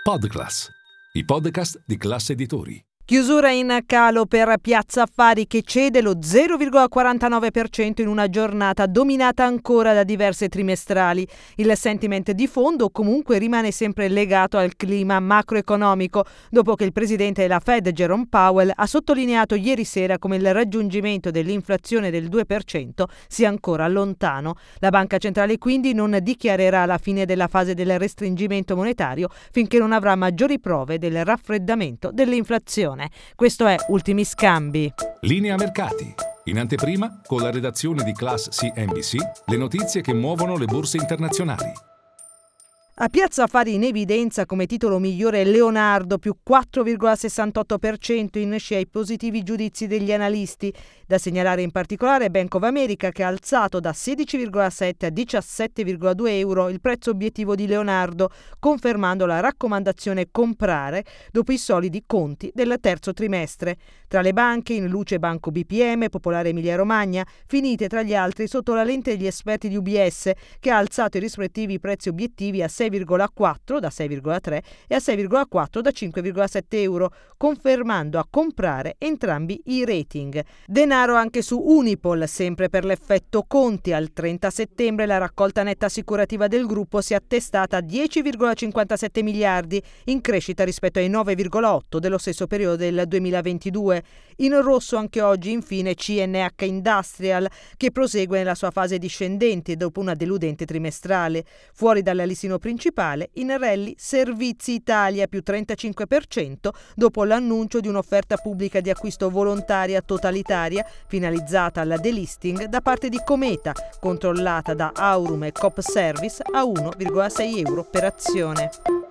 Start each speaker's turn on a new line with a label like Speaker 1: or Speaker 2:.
Speaker 1: Podclass, i podcast di Class Editori.
Speaker 2: Chiusura in calo per Piazza Affari, che cede lo 0,49% in una giornata dominata ancora da diverse trimestrali. Il sentiment di fondo comunque rimane sempre legato al clima macroeconomico, dopo che il presidente della Fed, Jerome Powell, ha sottolineato ieri sera come il raggiungimento dell'inflazione del 2% sia ancora lontano. La Banca Centrale quindi non dichiarerà la fine della fase del restringimento monetario finché non avrà maggiori prove del raffreddamento dell'inflazione. Questo è Ultimi Scambi.
Speaker 1: Linea mercati. In anteprima, con la redazione di Class CNBC, le notizie che muovono le borse internazionali.
Speaker 2: A Piazza Affari in evidenza come titolo migliore Leonardo, più 4,68% in scia ai positivi giudizi degli analisti. Da segnalare in particolare Bank of America, che ha alzato da 16,7 a 17,2 euro il prezzo obiettivo di Leonardo, confermando la raccomandazione comprare dopo i solidi conti del terzo trimestre. Tra le banche, in luce Banco BPM, Popolare Emilia Romagna, finite tra gli altri sotto la lente degli esperti di UBS, che ha alzato i rispettivi prezzi obiettivi a 6,4 da 6,3 e a 6,4 da 5,7 euro, confermando a comprare entrambi i rating. Denaro anche su Unipol, sempre per l'effetto conti. Al 30 settembre la raccolta netta assicurativa del gruppo si è attestata a 10,57 miliardi, in crescita rispetto ai 9,8 dello stesso periodo del 2022. In rosso anche oggi infine CNH Industrial, che prosegue nella sua fase discendente dopo una deludente trimestrale. Fuori dalla listino principale, in rally Servizi Italia, più 35%, dopo l'annuncio di un'offerta pubblica di acquisto volontaria totalitaria finalizzata alla delisting da parte di Cometa, controllata da Aurum e Coop Service, a 1,6 euro per azione.